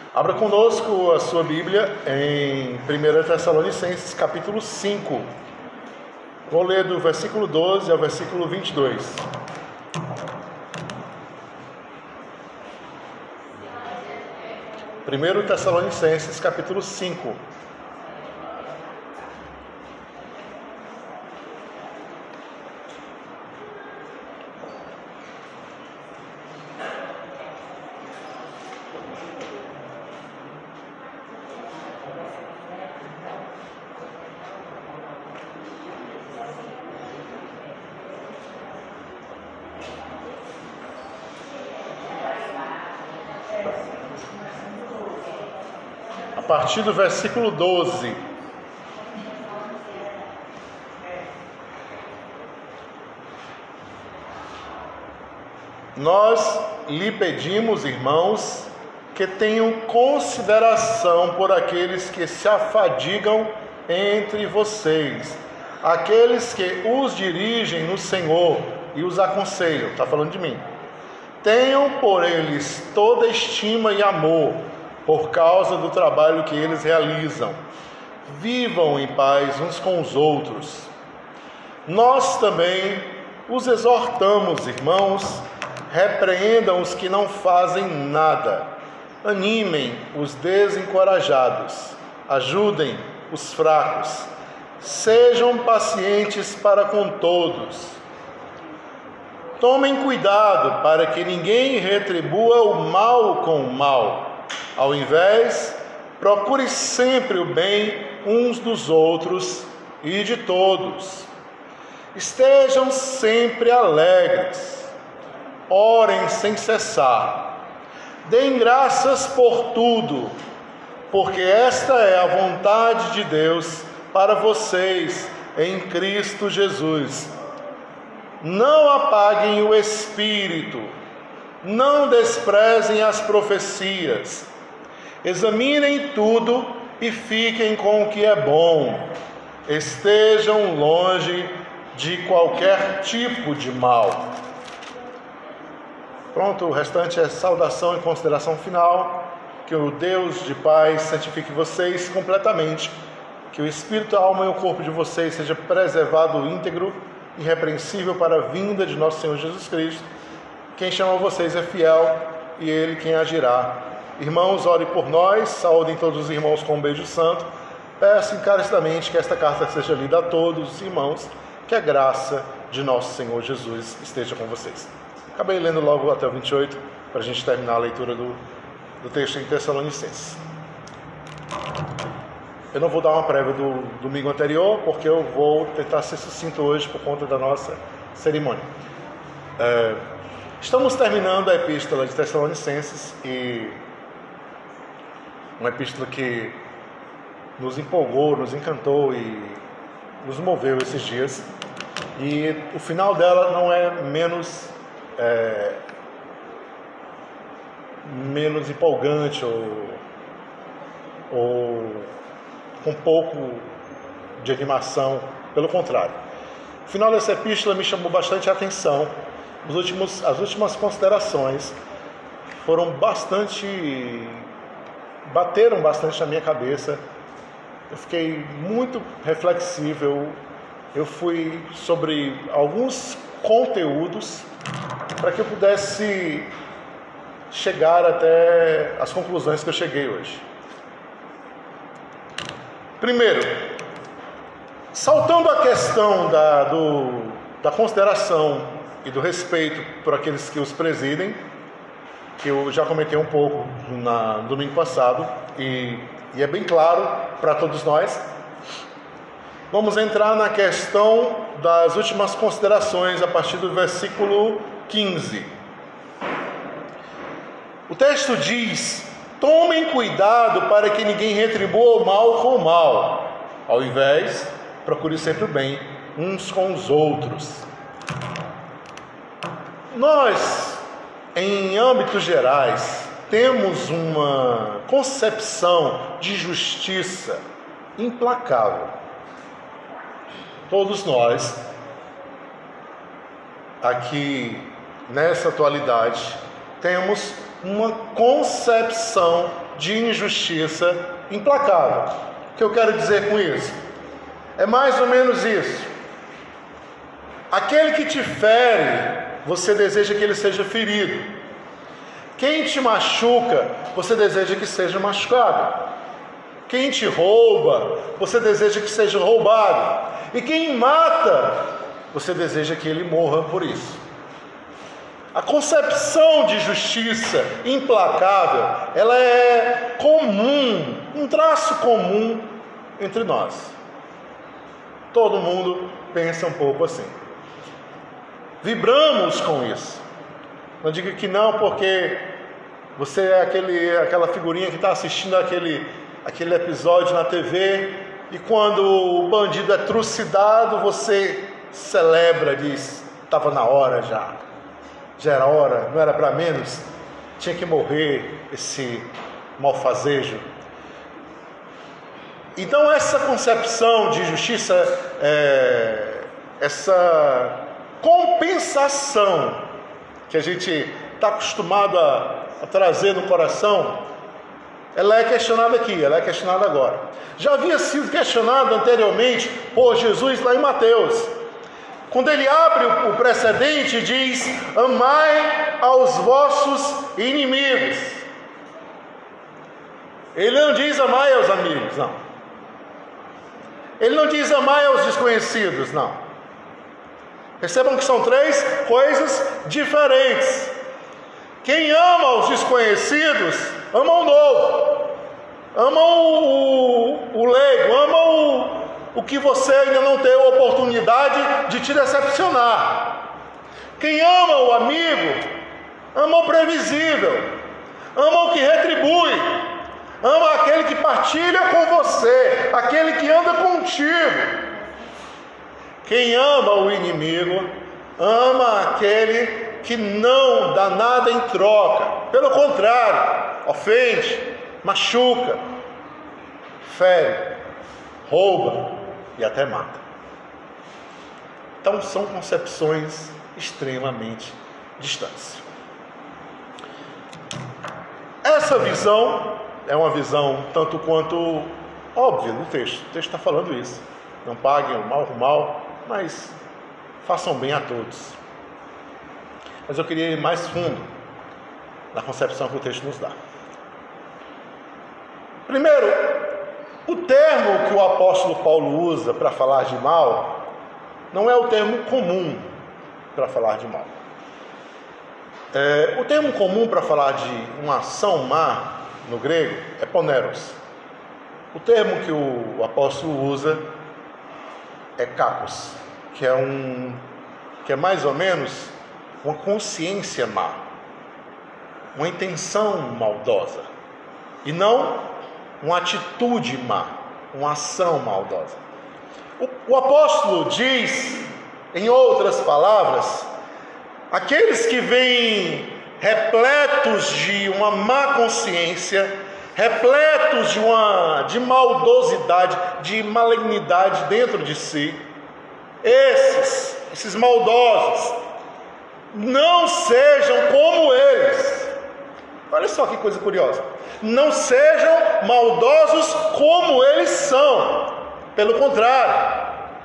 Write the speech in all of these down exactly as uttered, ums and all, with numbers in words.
Abra conosco a sua Bíblia em primeira Tessalonicenses, capítulo cinco. Vou ler do versículo doze ao versículo vinte e dois. primeira Tessalonicenses, capítulo cinco. A partir do versículo doze. Nós lhe pedimos, irmãos, que tenham consideração por aqueles que se afadigam entre vocês, aqueles que os dirigem no Senhor e os aconselham. Está falando de mim. Tenham por eles toda estima e amor, por causa do trabalho que eles realizam. Vivam em paz uns com os outros. Nós também os exortamos, irmãos, repreendam os que não fazem nada, animem os desencorajados, ajudem os fracos, sejam pacientes para com todos. Tomem cuidado para que ninguém retribua o mal com o mal. Ao invés, procure sempre o bem uns dos outros e de todos. Estejam sempre alegres. Orem sem cessar. Deem graças por tudo, porque esta é a vontade de Deus para vocês em Cristo Jesus. Não apaguem o espírito. Não desprezem as profecias. Examinem tudo e fiquem com o que é bom. Estejam longe de qualquer tipo de mal. Pronto, o restante é saudação e consideração final. Que o Deus de paz santifique vocês completamente. Que o espírito, a alma e o corpo de vocês seja preservado íntegro e irrepreensível para a vinda de nosso Senhor Jesus Cristo. Quem chama vocês é fiel e Ele quem agirá. Irmãos, ore por nós, saúdem todos os irmãos com um beijo santo. Peço encarecidamente que esta carta seja lida a todos os irmãos, que a graça de nosso Senhor Jesus esteja com vocês. Acabei lendo logo até o vinte e oito, para a gente terminar a leitura do, do texto em Tessalonicenses. Eu não vou dar uma prévia do domingo anterior, porque eu vou tentar ser sucinto hoje por conta da nossa cerimônia. É, estamos terminando a epístola de Tessalonicenses e uma epístola que nos empolgou, nos encantou e nos moveu esses dias. E o final dela não é menos, é, menos empolgante ou, ou com pouco de animação, pelo contrário. O final dessa epístola me chamou bastante a atenção. Os últimos, as últimas considerações foram bastante... bateram bastante na minha cabeça. Eu fiquei muito reflexivo. Eu, eu fui sobre alguns conteúdos para que eu pudesse chegar até as conclusões que eu cheguei hoje. Primeiro, saltando a questão da, do, da consideração e do respeito por aqueles que os presidem, que eu já comentei um pouco na, no domingo passado, e, e é bem claro para todos nós. Vamos entrar na questão das últimas considerações a partir do versículo quinze. O texto diz: tomem cuidado para que ninguém retribua o mal com o mal. Ao invés, procure sempre o bem uns com os outros. Nós, em âmbitos gerais, temos uma concepção de justiça implacável. Todos nós, aqui nessa atualidade, temos uma concepção de injustiça implacável. O que eu quero dizer com isso? É mais ou menos isso. Aquele que te fere, você deseja que ele seja ferido. Quem te machuca, você deseja que seja machucado. Quem te rouba, você deseja que seja roubado. E quem mata, você deseja que ele morra por isso. A concepção de justiça implacável, ela é comum, um traço comum entre nós. Todo mundo pensa um pouco assim. Vibramos com isso. Não diga que não, porque você é aquele, aquela figurinha que está assistindo aquele, aquele episódio na T V, e quando o bandido é trucidado, você celebra, diz, estava na hora já. Já era hora, não era para menos, tinha que morrer esse malfazejo. Então essa concepção de justiça, é, essa compensação que a gente está acostumado a, a trazer no coração, ela é questionada aqui, ela é questionada agora. Já havia sido questionada anteriormente por Jesus lá em Mateus. Quando ele abre o precedente, diz: amai aos vossos inimigos. Ele não diz amai aos amigos, não. Ele não diz amai aos desconhecidos, não. Percebam que são três coisas diferentes. Quem ama os desconhecidos, ama o novo, ama o, o, o leigo, ama o, o que você ainda não teve a oportunidade de te decepcionar. Quem ama o amigo, ama o previsível, ama o que retribui, ama aquele que partilha com você, aquele que anda contigo. Quem ama o inimigo, ama aquele que não dá nada em troca. Pelo contrário, ofende, machuca, fere, rouba e até mata. Então são concepções extremamente distantes. Essa visão é uma visão tanto quanto óbvia do texto. O texto está falando isso. Não paguem o mal com o mal, mas façam bem a todos. Mas eu queria ir mais fundo na concepção que o texto nos dá. Primeiro, o termo que o apóstolo Paulo usa para falar de mal não é o termo comum para falar de mal. É, o termo comum para falar de uma ação má no grego é poneros. O termo que o apóstolo usa é kakos, que é um que é mais ou menos uma consciência má, uma intenção maldosa, e não uma atitude má, uma ação maldosa. O, o apóstolo diz, em outras palavras, aqueles que vêm repletos de uma má consciência, repletos de uma de maldosidade, de malignidade dentro de si, esses, esses maldosos, não sejam como eles. Olha só que coisa curiosa. Não sejam maldosos como eles são. Pelo contrário,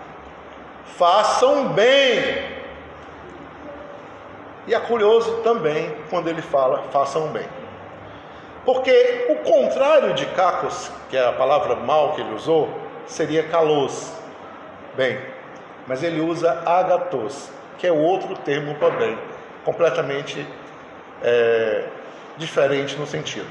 façam bem. E é curioso também quando ele fala façam bem. Porque o contrário de kakos, que é a palavra mal que ele usou, seria kalos, bem. Mas ele usa agatos, que é o outro termo para bem, completamente é, diferente no sentido.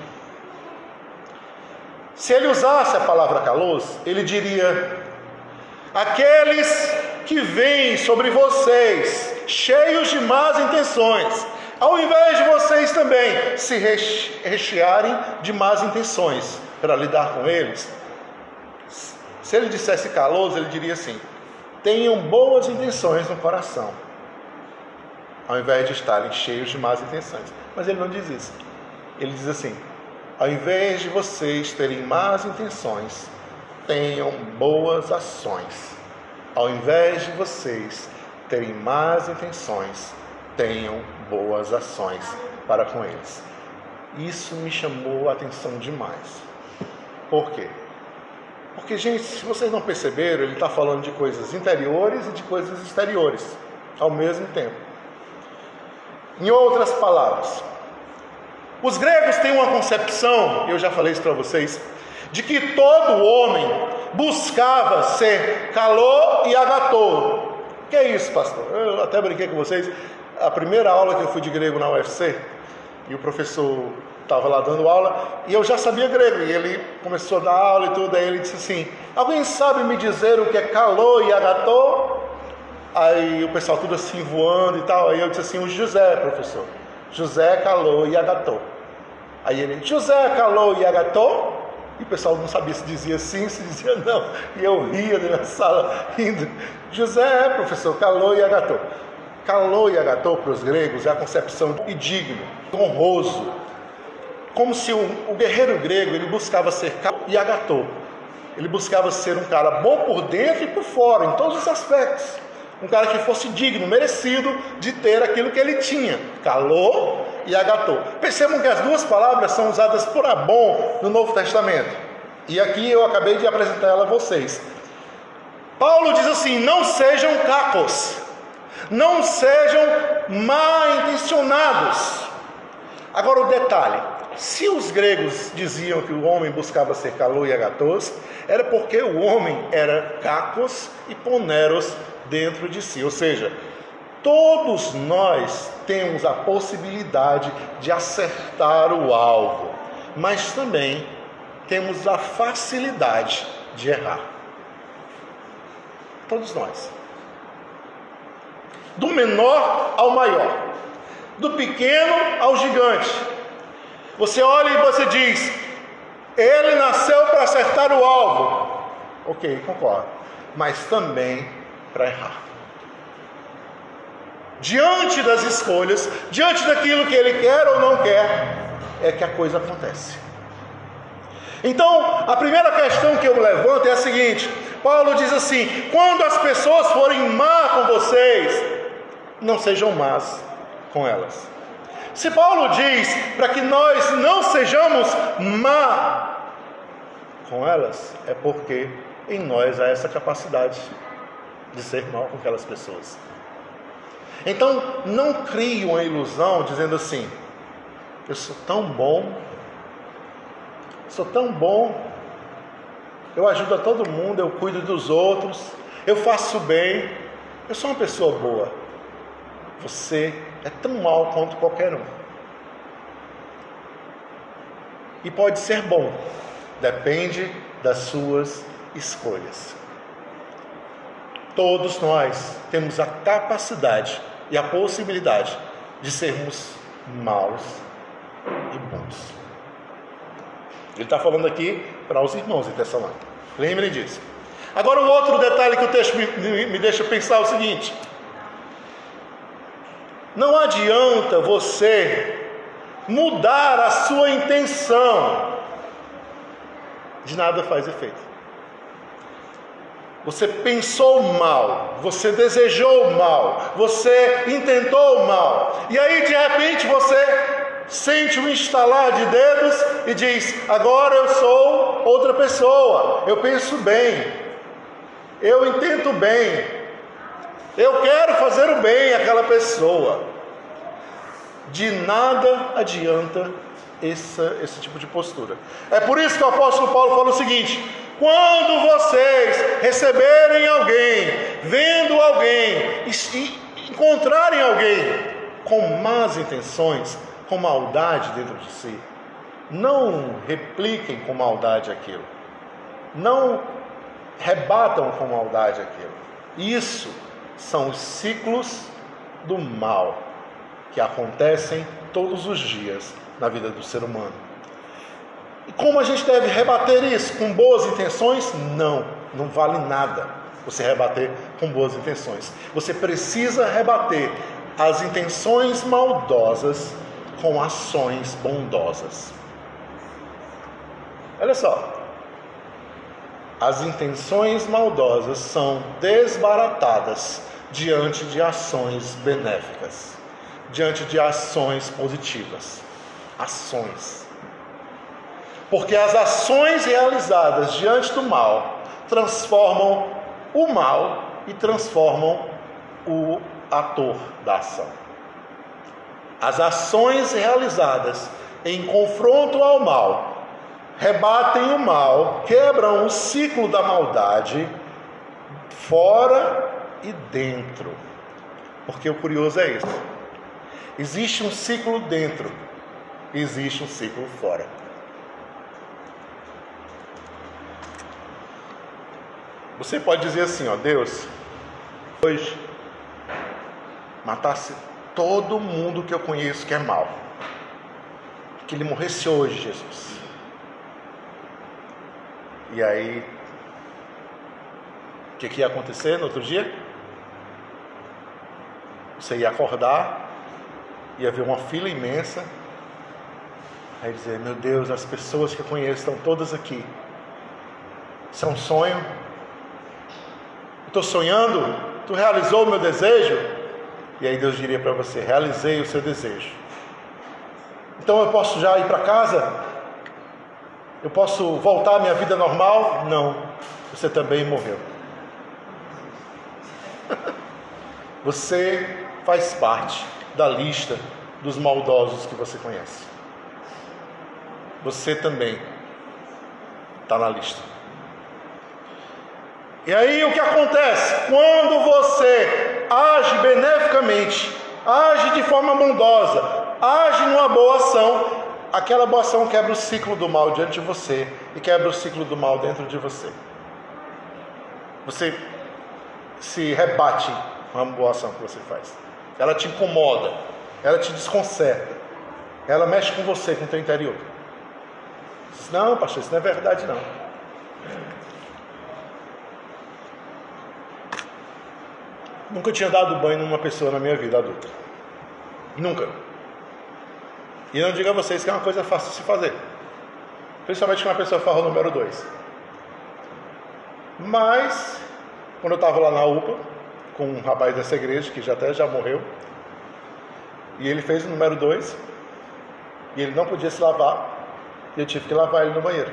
Se ele usasse a palavra kalos, ele diria: aqueles que vêm sobre vocês cheios de más intenções, ao invés de vocês também se rechearem de más intenções para lidar com eles. Se ele dissesse kalos, ele diria assim: tenham boas intenções no coração, ao invés de estarem cheios de más intenções. Mas ele não diz isso. Ele diz assim: ao invés de vocês terem más intenções, tenham boas ações. Ao invés de vocês terem más intenções, tenham boas ações para com eles. Isso me chamou a atenção demais. Por quê? Porque, gente, se vocês não perceberam, ele está falando de coisas interiores e de coisas exteriores ao mesmo tempo. Em outras palavras, os gregos têm uma concepção, eu já falei isso para vocês, de que todo homem buscava ser calor e agatou. O que é isso, pastor? Eu até brinquei com vocês. A primeira aula que eu fui de grego na U F C, e o professor estava lá dando aula, e eu já sabia grego, e ele começou a dar aula e tudo, aí ele disse assim: alguém sabe me dizer o que é calor e agatô? Aí o pessoal tudo assim voando e tal, aí eu disse assim: o José, professor, José calou e agatô. Aí ele: José calou e agatô? E o pessoal não sabia se dizia sim, se dizia não, e eu ria na sala rindo. José, professor, calou e agatô. Calou e agatô para os gregos é a concepção de digno, honroso, como se o, o guerreiro grego ele buscava ser calou e agatô. Ele buscava ser um cara bom por dentro e por fora, em todos os aspectos. Um cara que fosse digno, merecido de ter aquilo que ele tinha. Calou e agatô. Percebam que as duas palavras são usadas por Abon no Novo Testamento. E aqui eu acabei de apresentar ela a vocês. Paulo diz assim: não sejam cacos, não sejam mal intencionados. Agora o detalhe: se os gregos diziam que o homem buscava ser calou e agatós, era porque o homem era cacos e poneros dentro de si. Ou seja, todos nós temos a possibilidade de acertar o alvo, mas também temos a facilidade de errar. Todos nós. Do menor ao maior, do pequeno ao gigante. Você olha e você diz: ele nasceu para acertar o alvo. Ok, concordo. Mas também para errar. Diante das escolhas, diante daquilo que ele quer ou não quer, é que a coisa acontece. Então, a primeira questão que eu levanto é a seguinte: Paulo diz assim: quando as pessoas forem má com vocês, não sejam más com elas. Se Paulo diz para que nós não sejamos má com elas, é porque em nós há essa capacidade de ser mal com aquelas pessoas. Então, não crie uma ilusão dizendo assim: eu sou tão bom, sou tão bom, eu ajudo a todo mundo, eu cuido dos outros, eu faço bem, eu sou uma pessoa boa. Você é tão mal quanto qualquer um. E pode ser bom, depende das suas escolhas. Todos nós temos a capacidade e a possibilidade de sermos maus e bons. Ele está falando aqui para os irmãos em Tessalônica. Lembrem disso. Agora, um outro detalhe que o texto me, me deixa pensar é o seguinte: não adianta você mudar a sua intenção, de nada faz efeito. Você pensou mal, você desejou mal, você intentou mal, e aí de repente você sente um estalar de dedos e diz: agora eu sou outra pessoa, eu penso bem, eu intento bem, eu quero fazer o bem àquela pessoa. De nada adianta essa, esse tipo de postura. É por isso que o apóstolo Paulo fala o seguinte: quando vocês receberem alguém, vendo alguém, e encontrarem alguém com más intenções, com maldade dentro de si, não repliquem com maldade aquilo, não rebatam com maldade aquilo. Isso são os ciclos do mal que acontecem todos os dias na vida do ser humano. E como a gente deve rebater isso? Com boas intenções? Não, não vale nada você rebater com boas intenções. Você precisa rebater as intenções maldosas com ações bondosas. Olha só, as intenções maldosas são desbaratadas diante de ações benéficas, diante de ações positivas. ações. Porque as ações realizadas diante do mal transformam o mal e transformam o ator da ação. As ações realizadas em confronto ao mal rebatem o mal, quebram o ciclo da maldade fora e dentro. Porque o curioso é isso. Existe um ciclo dentro, existe um ciclo fora. Você pode dizer assim, ó, Deus, hoje matasse todo mundo que eu conheço que é mau. Que ele morresse hoje, Jesus. E aí, o que, que ia acontecer no outro dia? Você ia acordar, ia ver uma fila imensa, aí dizer, meu Deus, as pessoas que eu conheço estão todas aqui. Isso é um sonho? Estou sonhando? Tu realizou o meu desejo? E aí Deus diria para você, realizei o seu desejo. Então eu posso já ir para casa? Eu posso voltar à minha vida normal? Não, você também morreu. Você faz parte da lista dos maldosos que você conhece. Você também está na lista. E aí o que acontece? Quando você age beneficamente, age de forma bondosa, age numa boa ação, aquela boa ação quebra o ciclo do mal diante de você e quebra o ciclo do mal dentro de você. Você se rebate com a boa ação que você faz. Ela te incomoda, ela te desconcerta, ela mexe com você, com o teu interior. Diz, não, pastor, isso não é verdade não. Nunca tinha dado banho numa pessoa na minha vida adulta. Nunca. E não digo a vocês que é uma coisa fácil de se fazer. Principalmente quando a pessoa fala o número dois. Mas, quando eu estava lá na U P A, com um rapaz dessa igreja, que já até já morreu, e ele fez o número dois, e ele não podia se lavar, e eu tive que lavar ele no banheiro.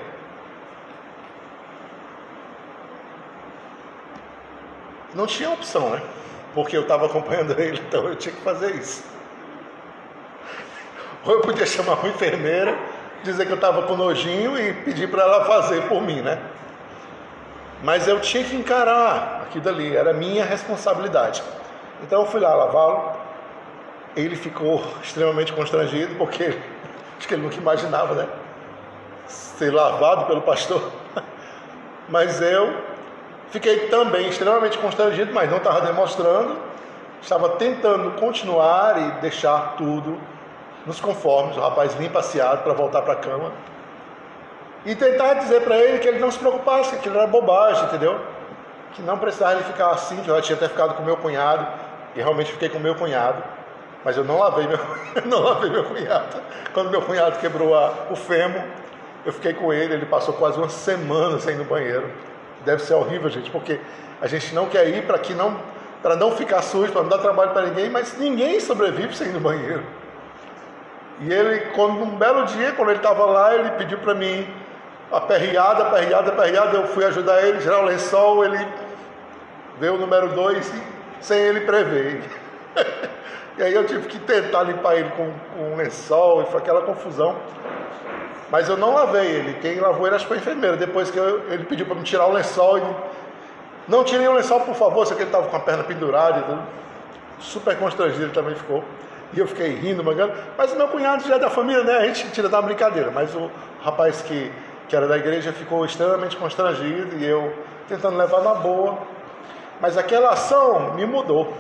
Não tinha opção, né? Porque eu estava acompanhando ele, então eu tinha que fazer isso. Ou eu podia chamar uma enfermeira, dizer que eu estava com nojinho e pedir para ela fazer por mim, né? Mas eu tinha que encarar aquilo dali, era minha responsabilidade. Então eu fui lá lavá-lo. Ele ficou extremamente constrangido, porque acho que ele nunca imaginava, né? Ser lavado pelo pastor. Mas eu fiquei também extremamente constrangido, mas não estava demonstrando. Estava tentando continuar e deixar tudo nos conformes. O rapaz vinha passeado para voltar para a cama. E tentar dizer para ele que ele não se preocupasse, que aquilo era bobagem, entendeu? Que não precisava ele ficar assim, que eu já tinha até ficado com meu cunhado. E realmente fiquei com meu cunhado. Mas eu não lavei meu, não lavei meu cunhado. Quando meu cunhado quebrou a, o fêmur, eu fiquei com ele. Ele passou quase uma semana sem ir no banheiro. Deve ser horrível, gente, porque a gente não quer ir para que não, para não ficar sujo, para não dar trabalho para ninguém, mas ninguém sobrevive sem ir no banheiro. E ele, quando um belo dia, quando ele estava lá, ele pediu para mim aperreada, aperreada, aperreada. Eu fui ajudar ele, tirar o lençol, ele veio o número dois sem ele prever. E aí eu tive que tentar limpar ele com, com um lençol, e foi aquela confusão. Mas eu não lavei ele, quem lavou ele acho que foi a enfermeira. Depois que eu, ele pediu para me tirar o lençol, e não tirei o lençol, por favor, só que ele estava com a perna pendurada e tudo. Super constrangido ele também ficou. E eu fiquei rindo, mangando. Mas o meu cunhado já é da família, né? A gente tira da brincadeira. Mas o rapaz que, que era da igreja ficou extremamente constrangido e eu tentando levar na boa. Mas aquela ação me mudou.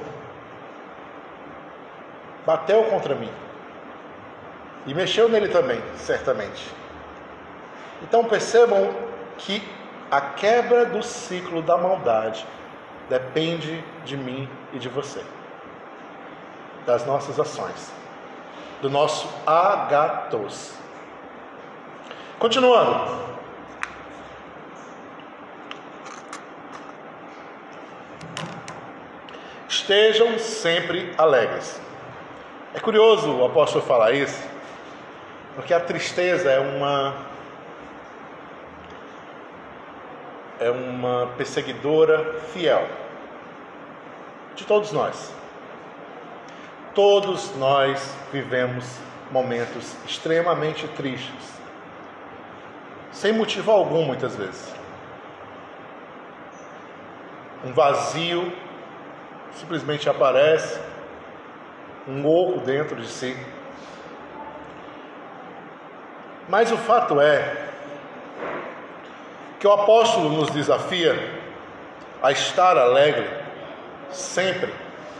Bateu contra mim. E mexeu nele também, certamente. Então percebam que a quebra do ciclo da maldade depende de mim e de você. Das nossas ações. Do nosso agathos. Continuando. Estejam sempre alegres. É curioso o apóstolo falar isso, Porque a tristeza é uma é uma perseguidora fiel de todos nós. Todos nós vivemos momentos extremamente tristes, sem motivo algum, muitas vezes. Um vazio simplesmente aparece, um oco dentro de si. Mas o fato é que o apóstolo nos desafia a estar alegre sempre,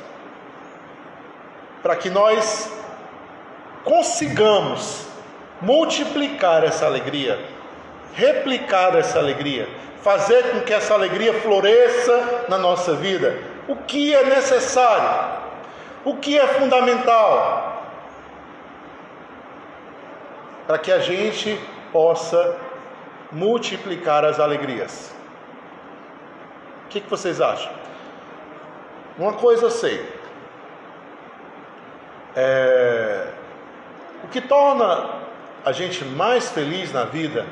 para que nós consigamos multiplicar essa alegria, replicar essa alegria, fazer com que essa alegria floresça na nossa vida. O que é necessário? O que é fundamental? Para que a gente possa multiplicar as alegrias. O que, que vocês acham? Uma coisa eu sei. É... O que torna a gente mais feliz na vida,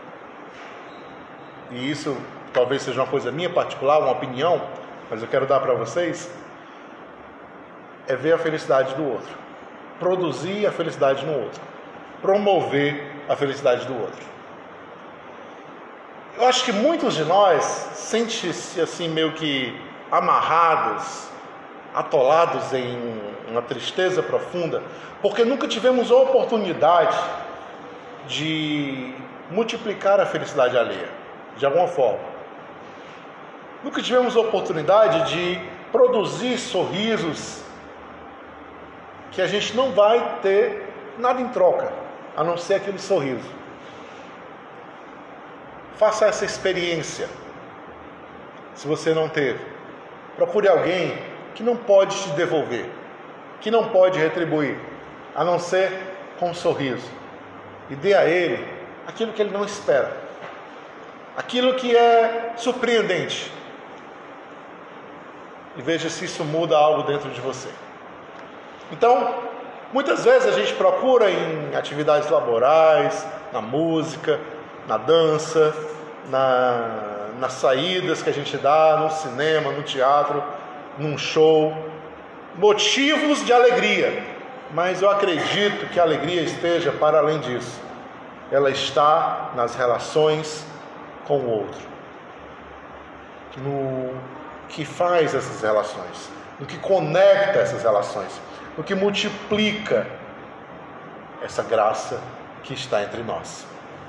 e isso talvez seja uma coisa minha particular, uma opinião, mas eu quero dar para vocês, é ver a felicidade do outro, produzir a felicidade no outro, promover a felicidade do outro. Eu acho que muitos de nós sentem-se assim meio que amarrados, atolados em uma tristeza profunda, porque nunca tivemos a oportunidade de multiplicar a felicidade alheia, de alguma forma. Nunca tivemos a oportunidade de produzir sorrisos que a gente não vai ter nada em troca, a não ser aquele sorriso. Faça essa experiência. Se você não teve, procure alguém que não pode te devolver, que não pode retribuir, a não ser com um sorriso. E dê a ele aquilo que ele não espera, aquilo que é surpreendente. E veja se isso muda algo dentro de você. Então, muitas vezes a gente procura em atividades laborais, na música, na dança, na, nas saídas que a gente dá, no cinema, no teatro, num show, motivos de alegria. Mas eu acredito que a alegria esteja para além disso. Ela está nas relações com o outro, no que faz essas relações, no que conecta essas relações, no que multiplica essa graça que está entre nós.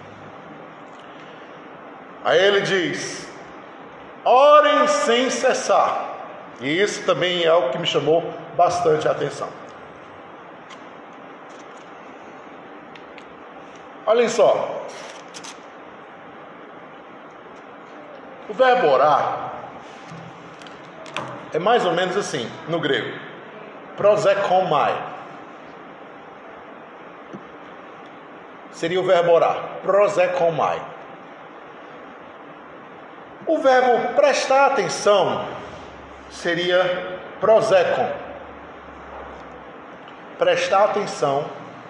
Aí ele diz: orem sem cessar. E isso também é algo que me chamou bastante a atenção. Olhem só. O verbo orar é mais ou menos assim, no grego. Prosekomai. Seria o verbo orar. Prosekomai. O verbo prestar atenção seria prosekon. Prestar atenção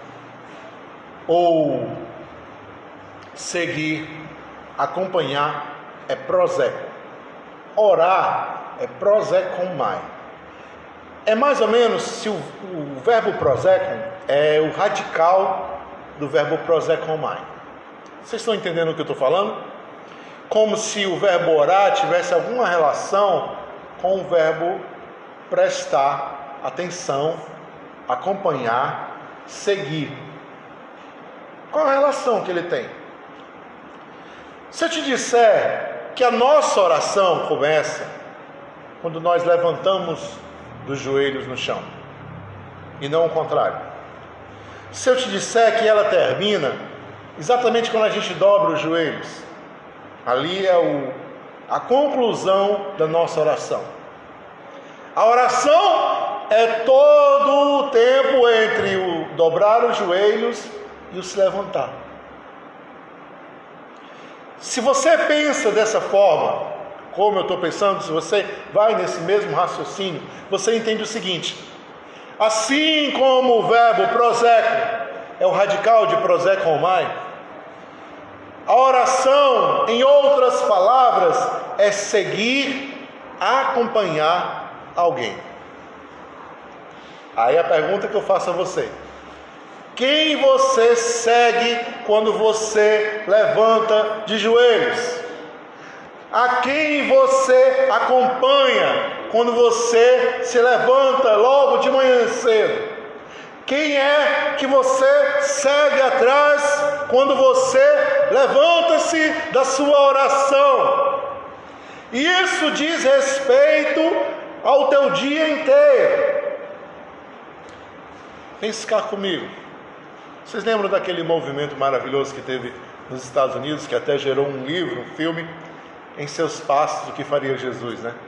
ou seguir, acompanhar é prosekon. Orar é prosekomai. É mais ou menos, se o, o verbo prosekon é o radical do verbo prosekomai. Vocês estão entendendo o que eu estou falando? Como se o verbo orar tivesse alguma relação com o verbo prestar atenção, acompanhar, seguir. Qual a relação que ele tem? Se eu te disser que a nossa oração começa quando nós levantamos dos joelhos no chão, e não o contrário. Se eu te disser que ela termina exatamente quando a gente dobra os joelhos, ali é o, a conclusão da nossa oração. A oração é todo o tempo entre o dobrar os joelhos e o se levantar. Se você pensa dessa forma, como eu estou pensando, se você vai nesse mesmo raciocínio, você entende o seguinte: assim como o verbo proseco é o radical de Prozac Romai. A oração, em outras palavras, é seguir, acompanhar alguém. Aí a pergunta que eu faço a você: quem você segue quando você levanta de joelhos? A quem você acompanha quando você se levanta logo de manhã cedo? Quem é que você segue atrás quando você levanta-se da sua oração? E isso diz respeito ao teu dia inteiro. Pense cá comigo. Vocês lembram daquele movimento maravilhoso que teve nos Estados Unidos, que até gerou um livro, um filme, Em Seus Passos, o que faria Jesus, né?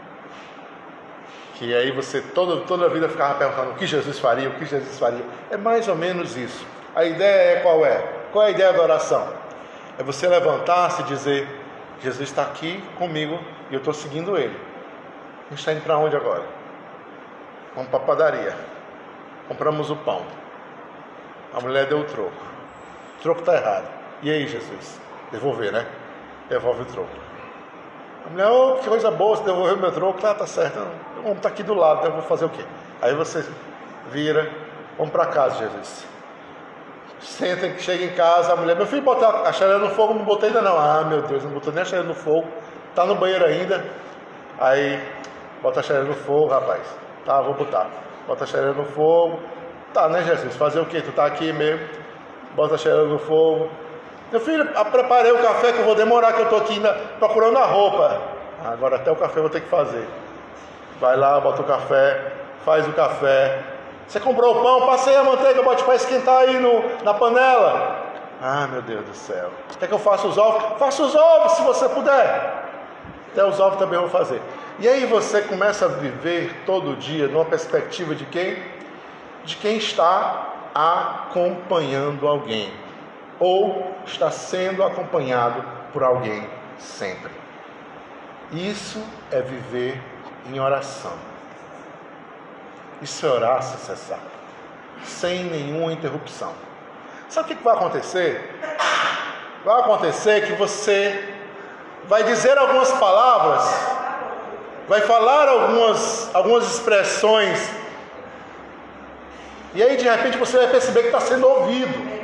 Que aí você toda, toda a vida ficava perguntando o que Jesus faria, o que Jesus faria. É mais ou menos isso. A ideia é qual é? Qual é a ideia da oração? É você levantar-se e dizer: Jesus está aqui comigo e eu estou seguindo Ele. A gente está indo para onde agora? Vamos para a padaria. Compramos o pão. A mulher deu o troco. O troco está errado. E aí, Jesus? Devolver, né? Devolve o troco. A mulher: oh, que coisa boa, você devolveu o meu troco. Tá, tá certo. O homem está aqui do lado, então eu vou fazer o quê? Aí você vira: vamos para casa, Jesus. Senta, chega em casa, a mulher: meu filho, botar a chaleira no fogo. Não botei ainda não. Ah, meu Deus, não botou nem a chaleira no fogo. Tá no banheiro ainda. Aí, bota a chaleira no fogo, rapaz. Tá, vou botar. Bota a chaleira no fogo. Tá, né, Jesus? Fazer o quê? Tu tá aqui mesmo. Bota a chaleira no fogo. Meu filho, preparei o café que eu vou demorar, que eu tô aqui ainda procurando a roupa. Ah, agora até o café eu vou ter que fazer. Vai lá, bota o café, faz o café. Você comprou o pão, passei a manteiga, bote para esquentar aí no, na panela. Ah, meu Deus do céu. Quer que eu faça os ovos? Faça os ovos se você puder. Até os ovos também eu vou fazer. E aí você começa a viver todo dia numa perspectiva de quem? De quem está acompanhando alguém. Ou está sendo acompanhado por alguém sempre. Isso é viver em oração. Isso é orar sem cessar, sem nenhuma interrupção. Sabe o que vai acontecer? Vai acontecer que você vai dizer algumas palavras, vai falar algumas, algumas expressões, e aí de repente você vai perceber que está sendo ouvido.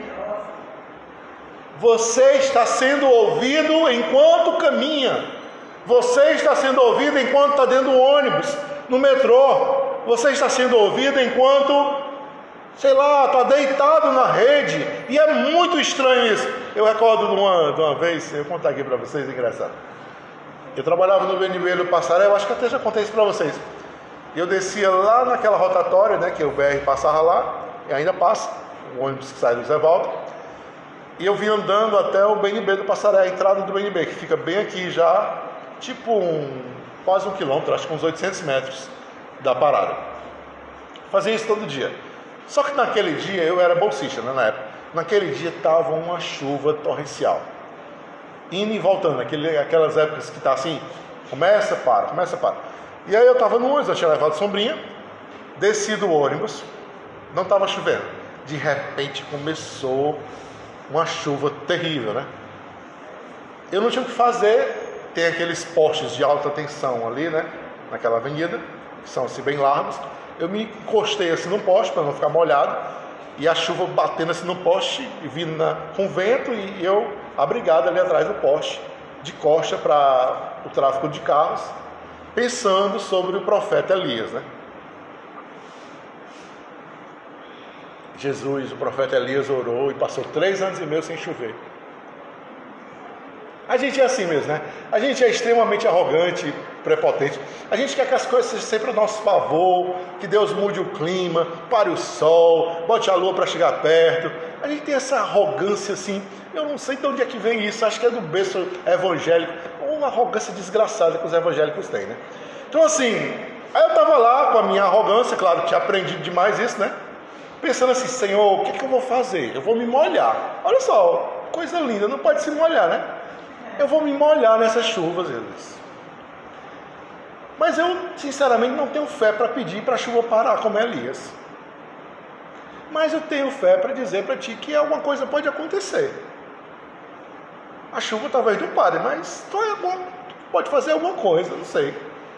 Você está sendo ouvido enquanto caminha. Você está sendo ouvido enquanto está dentro do ônibus, no metrô. Você está sendo ouvido enquanto, sei lá, está deitado na rede. E é muito estranho isso. Eu recordo de uma, de uma vez, eu vou contar aqui para vocês, engraçado. Eu trabalhava no B N B do Passaré, eu acho que até já contei isso para vocês. Eu descia lá naquela rotatória, né, que o B R passava lá, e ainda passa, o ônibus que sai do Zé Walter. E eu vim andando até o B N B do Passaré, a entrada do B N B, que fica bem aqui já, tipo um, quase um quilômetro, acho que uns oitocentos metros da parada. Fazia isso todo dia. Só que naquele dia, eu era bolsista, né, na época. Naquele dia estava uma chuva torrencial. Indo e voltando, aquele, aquelas épocas que está assim, começa, para, começa, para. E aí eu estava no ônibus, eu tinha levado sombrinha, desci do ônibus, não estava chovendo. De repente começou uma chuva terrível, né? Eu não tinha o que fazer, tem aqueles postes de alta tensão ali, né? Naquela avenida, que são assim bem largos. Eu me encostei assim no poste para não ficar molhado, e a chuva batendo assim no poste, e vindo na, com vento, e eu abrigado ali atrás do poste, de costa para o tráfego de carros, pensando sobre o profeta Elias, né? Jesus, o profeta Elias orou e passou três anos e meio sem chover. A gente é assim mesmo, né? A gente é extremamente arrogante, prepotente. A gente quer que as coisas sejam sempre ao nosso favor, que Deus mude o clima, pare o sol, bote a lua para chegar perto. A gente tem essa arrogância assim, eu não sei de onde é que vem isso, acho que é do berço evangélico, uma arrogância desgraçada que os evangélicos têm, né? Então assim, aí eu estava lá com a minha arrogância, claro, tinha aprendido demais isso, né? Pensando assim, Senhor, o que, que eu vou fazer? Eu vou me molhar. Olha só, coisa linda, não pode se molhar, né? Eu vou me molhar nessas chuvas, Jesus. Mas eu, sinceramente, não tenho fé para pedir para a chuva parar, como Elias. mas eu tenho fé para dizer para ti que alguma coisa pode acontecer. A chuva talvez não pare, mas tu pode fazer alguma coisa, não sei.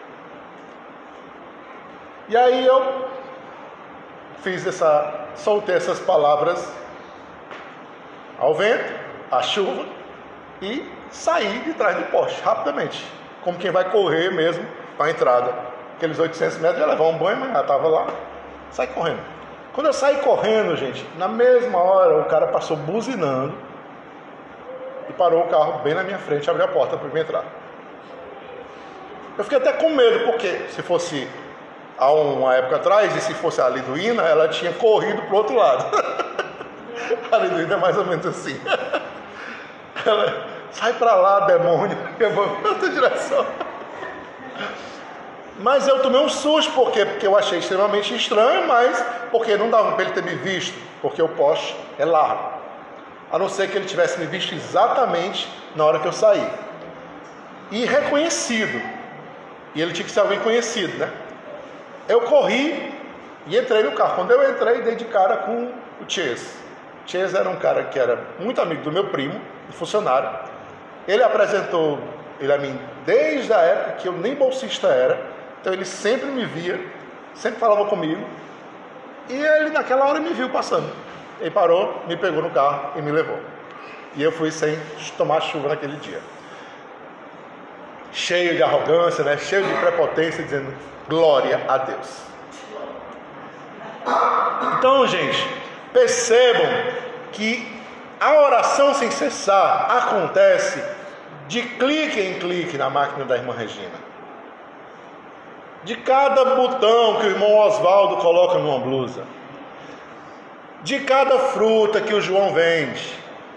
E aí eu fiz essa, soltei essas palavras ao vento, à chuva, e saí de trás do poste, rapidamente, como quem vai correr mesmo para a entrada. Aqueles oitocentos metros, ia levar um banho, mas já estava lá, saí correndo. Quando eu saí correndo, gente, na mesma hora o cara passou buzinando e parou o carro bem na minha frente, abriu a porta para eu entrar. Eu fiquei até com medo, porque se fosse há uma época atrás, e se fosse a Liduína, ela tinha corrido para o outro lado. A Liduína é mais ou menos assim. Ela, sai para lá, demônio, eu vou em outra direção. Mas eu tomei um susto, por quê? Porque eu achei extremamente estranho, mas porque não dava para ele ter me visto, porque o poste é largo. A não ser que ele tivesse me visto exatamente na hora que eu saí. E reconhecido. E ele tinha que ser alguém conhecido, né? Eu corri e entrei no carro. Quando eu entrei, dei de cara com o Chase. O Chase era um cara que era muito amigo do meu primo, funcionário. Ele apresentou ele a mim desde a época que eu nem bolsista era. Então ele sempre me via, sempre falava comigo. E ele naquela hora me viu passando. Ele parou, me pegou no carro e me levou. E eu fui sem tomar chuva naquele dia. Cheio de arrogância, né? Cheio de prepotência, dizendo glória a Deus. Então, gente, percebam que a oração sem cessar acontece de clique em clique na máquina da irmã Regina. De cada botão que o irmão Oswaldo coloca numa blusa. De cada fruta que o João vende.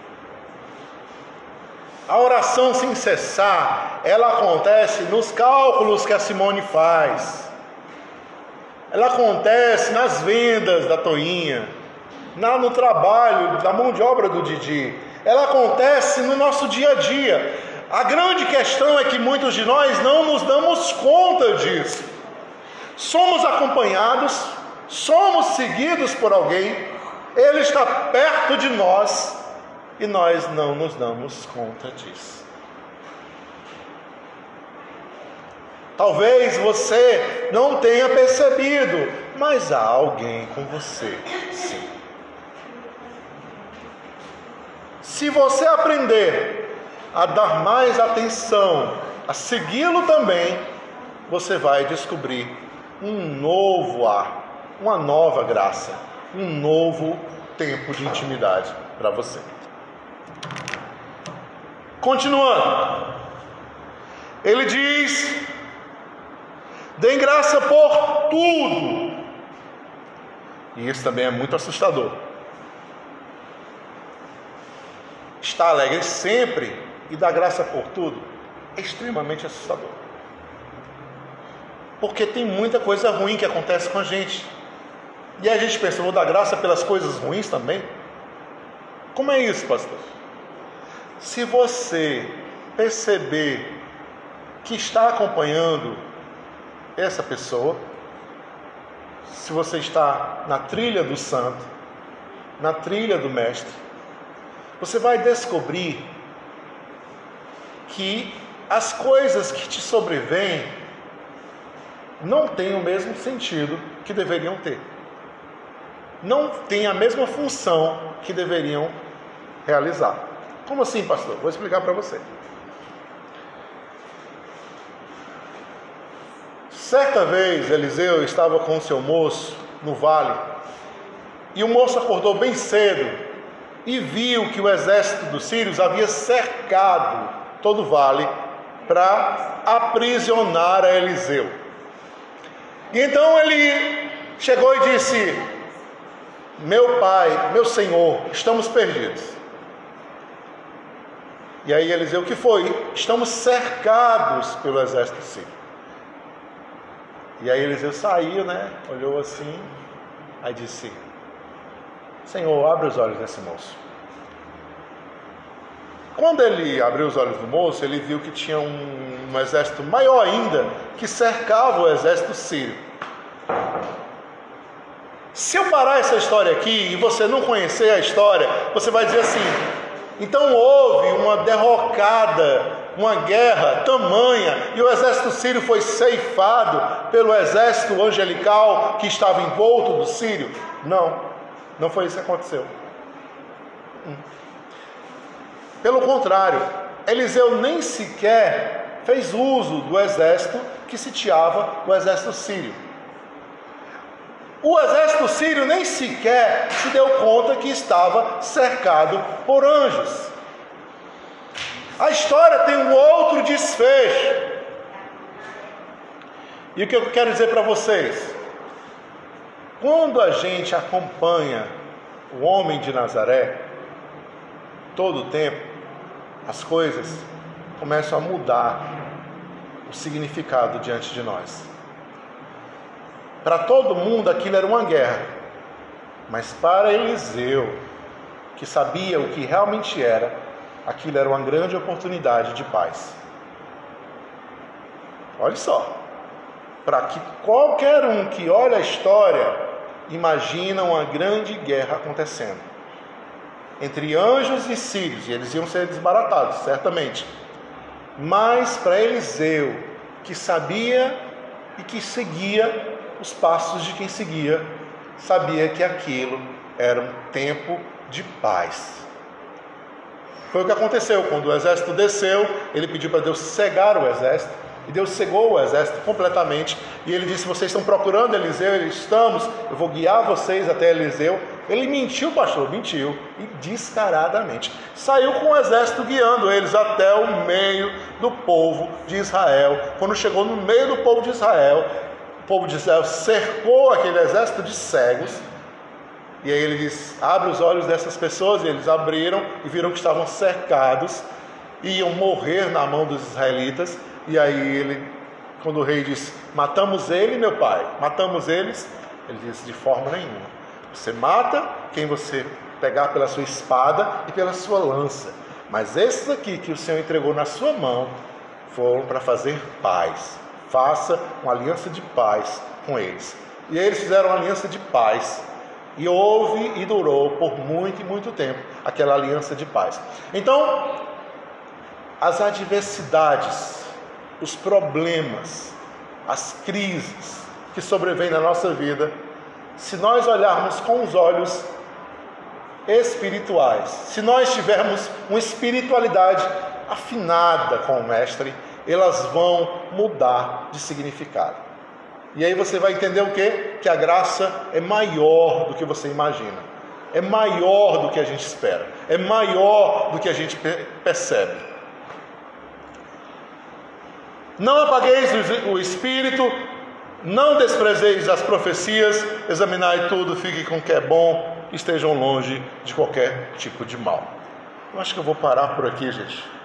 A oração sem cessar, ela acontece nos cálculos que a Simone faz. Ela acontece nas vendas da Toinha, na, no trabalho, da mão de obra do Didi. Ela acontece no nosso dia a dia. A grande questão é que muitos de nós não nos damos conta disso. Somos acompanhados, somos seguidos por alguém, ele está perto de nós e nós não nos damos conta disso. Talvez você não tenha percebido, mas há alguém com você, sim. Se você aprender a dar mais atenção, a segui-lo também, você vai descobrir um novo ar, uma nova graça, um novo tempo de intimidade para você. Continuando, ele diz: deem graça por tudo. E isso também é muito assustador. Estar alegre sempre e dar graça por tudo é extremamente assustador. Porque tem muita coisa ruim que acontece com a gente. E a gente pensa, vou dar graça pelas coisas ruins também? Como é isso, pastor? Se você perceber que está acompanhando essa pessoa, se você está na trilha do santo, na trilha do mestre, você vai descobrir que as coisas que te sobrevêm não têm o mesmo sentido que deveriam ter. Não têm a mesma função que deveriam realizar. Como assim, pastor? Vou explicar para você. Certa vez, Eliseu estava com o seu moço no vale, e o moço acordou bem cedo e viu que o exército dos sírios havia cercado todo o vale para aprisionar a Eliseu. E então ele chegou e disse: meu pai, meu senhor, estamos perdidos. E aí Eliseu, o que foi? Estamos cercados pelo exército sírio. E aí Eliseu saiu, né? Olhou assim, aí disse: Senhor, abre os olhos desse moço. Quando ele abriu os olhos do moço, ele viu que tinha um, um exército maior ainda, que cercava o exército sírio. Se eu parar essa história aqui e você não conhecer a história, você vai dizer assim: então houve uma derrocada, uma guerra tamanha, e o exército sírio foi ceifado pelo exército angelical que estava envolto do sírio? Não, não foi isso que aconteceu. Pelo contrário, Eliseu nem sequer fez uso do exército que sitiava o exército sírio. O exército sírio nem sequer se deu conta que estava cercado por anjos. A história tem um outro desfecho. E o que eu quero dizer para vocês? Quando a gente acompanha o homem de Nazaré, todo o tempo, as coisas começam a mudar o significado diante de nós. Para todo mundo aquilo era uma guerra, mas para Eliseu, que sabia o que realmente era, aquilo era uma grande oportunidade de paz. Olha só, para que qualquer um que olha a história, imagina uma grande guerra acontecendo entre anjos e sírios, e eles iam ser desbaratados, certamente. Mas para Eliseu, que sabia e que seguia os passos de quem seguia, sabia que aquilo era um tempo de paz. Foi o que aconteceu quando o exército desceu. Ele pediu para Deus cegar o exército, e Deus cegou o exército completamente, e ele disse: vocês estão procurando Eliseu? Eles: estamos, eu vou guiar vocês até Eliseu. Ele mentiu, pastor, mentiu, e descaradamente saiu com o exército guiando eles até o meio do povo de Israel. Quando chegou no meio do povo de Israel, o povo de Israel cercou aquele exército de cegos, e aí ele diz: abre os olhos dessas pessoas, e eles abriram e viram que estavam cercados, e iam morrer na mão dos israelitas. E aí ele, quando o rei diz: matamos ele, meu pai, matamos eles, ele diz: de forma nenhuma, você mata quem você pegar pela sua espada e pela sua lança, mas esses aqui que o Senhor entregou na sua mão foram para fazer paz, faça uma aliança de paz com eles. E aí eles fizeram uma aliança de paz, e houve e durou por muito e muito tempo aquela aliança de paz. Então, as adversidades, os problemas, as crises que sobrevêm na nossa vida, se nós olharmos com os olhos espirituais, se nós tivermos uma espiritualidade afinada com o Mestre, elas vão mudar de significado. E aí você vai entender o quê? Que a graça é maior do que você imagina, é maior do que a gente espera, é maior do que a gente percebe. Não apagueis o espírito, não desprezeis as profecias, examinai tudo, fique com o que é bom, estejam longe de qualquer tipo de mal. Eu acho que eu vou parar por aqui, gente.